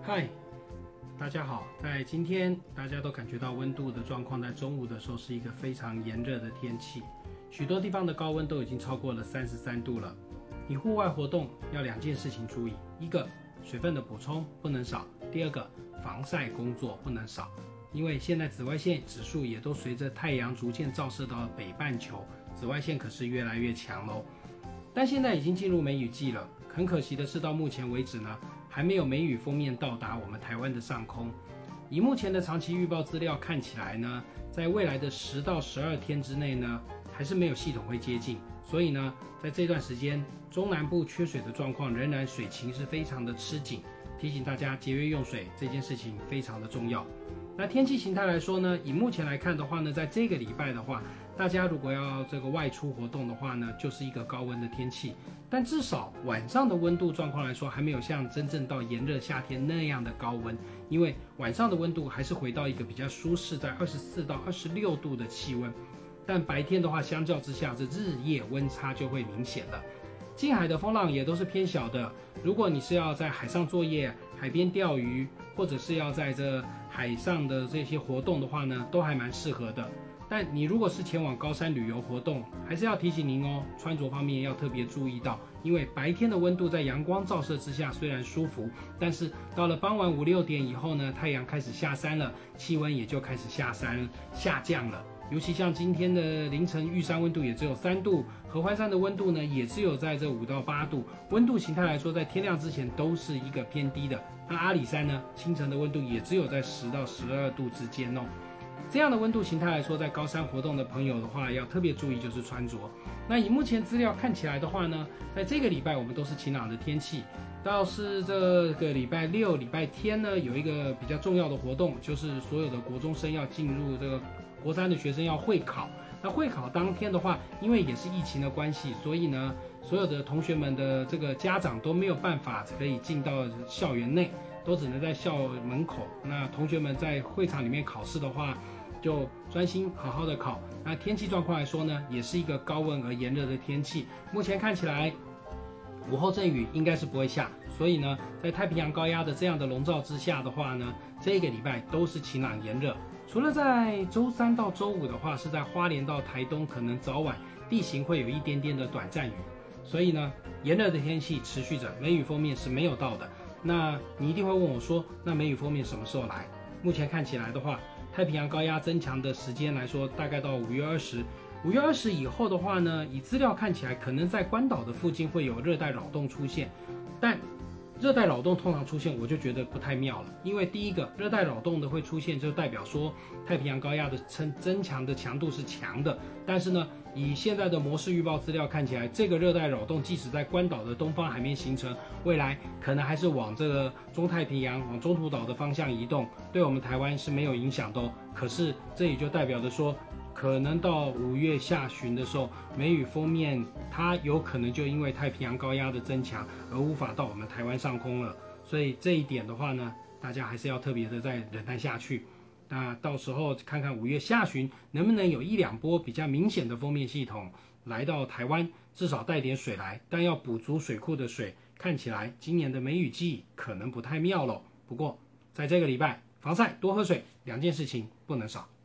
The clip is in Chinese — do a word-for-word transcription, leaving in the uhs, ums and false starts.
嗨，大家好，在今天大家都感觉到温度的状况，在中午的时候是一个非常炎热的天气，许多地方的高温都已经超过了三十三度了。你户外活动要两件事情注意，一个水分的补充不能少，第二个防晒工作不能少，因为现在紫外线指数也都随着太阳逐渐照射到北半球，紫外线可是越来越强喽。但现在已经进入梅雨季了，很可惜的是到目前为止呢，还没有梅雨锋面到达我们台湾的上空。以目前的长期预报资料看起来呢，在未来的十到十二天之内呢，还是没有系统会接近。所以呢，在这段时间，中南部缺水的状况仍然水情是非常的吃紧，提醒大家节约用水这件事情非常的重要。那天气形态来说呢，以目前来看的话呢，在这个礼拜的话，大家如果要这个外出活动的话呢，就是一个高温的天气，但至少晚上的温度状况来说，还没有像真正到炎热夏天那样的高温，因为晚上的温度还是回到一个比较舒适，在二十四到二十六度的气温，但白天的话，相较之下，这日夜温差就会明显了。近海的风浪也都是偏小的，如果你是要在海上作业、海边钓鱼，或者是要在这海上的这些活动的话呢，都还蛮适合的。但你如果是前往高山旅游活动，还是要提醒您哦，穿着方面要特别注意到，因为白天的温度在阳光照射之下虽然舒服，但是到了傍晚五六点以后呢，太阳开始下山了，气温也就开始下山下降了。尤其像今天的凌晨玉山温度也只有三度，合欢山的温度呢也只有在这五到八度，温度形态来说，在天亮之前都是一个偏低的。那阿里山呢，清晨的温度也只有在十到十二度之间哦。这样的温度形态来说，在高山活动的朋友的话，要特别注意就是穿着。那以目前资料看起来的话呢，在这个礼拜我们都是晴朗的天气，倒是这个礼拜六、礼拜天呢，有一个比较重要的活动，就是所有的国中生要进入这个国三的学生要会考。那会考当天的话，因为也是疫情的关系，所以呢，所有的同学们的这个家长都没有办法可以进到校园内，都只能在校门口。那同学们在会场里面考试的话，就专心好好的考。那天气状况来说呢，也是一个高温而炎热的天气。目前看起来，午后阵雨应该是不会下，所以呢，在太平洋高压的这样的笼罩之下的话呢，这个礼拜都是晴朗炎热。除了在周三到周五的话，是在花莲到台东可能早晚地形会有一点点的短暂雨，所以呢，炎热的天气持续着，梅雨锋面是没有到的。那你一定会问我说，那梅雨锋面什么时候来？目前看起来的话，太平洋高压增强的时间来说，大概到五月二十。五月二十以后的话呢，以资料看起来，可能在关岛的附近会有热带扰动出现，但热带扰动通常出现，我就觉得不太妙了。因为第一个，热带扰动的会出现，就代表说太平洋高压的增增强的强度是强的。但是呢，以现在的模式预报资料看起来，这个热带扰动即使在关岛的东方海面形成，未来可能还是往这个中太平洋、往中途岛的方向移动，对我们台湾是没有影响的哦。可是这也就代表着说，可能到五月下旬的时候，梅雨锋面它有可能就因为太平洋高压的增强而无法到我们台湾上空了。所以这一点的话呢，大家还是要特别的再忍耐下去。那到时候看看五月下旬能不能有一两波比较明显的锋面系统来到台湾，至少带点水来，但要补足水库的水，看起来今年的梅雨季可能不太妙了。不过在这个礼拜，防晒多喝水，两件事情不能少。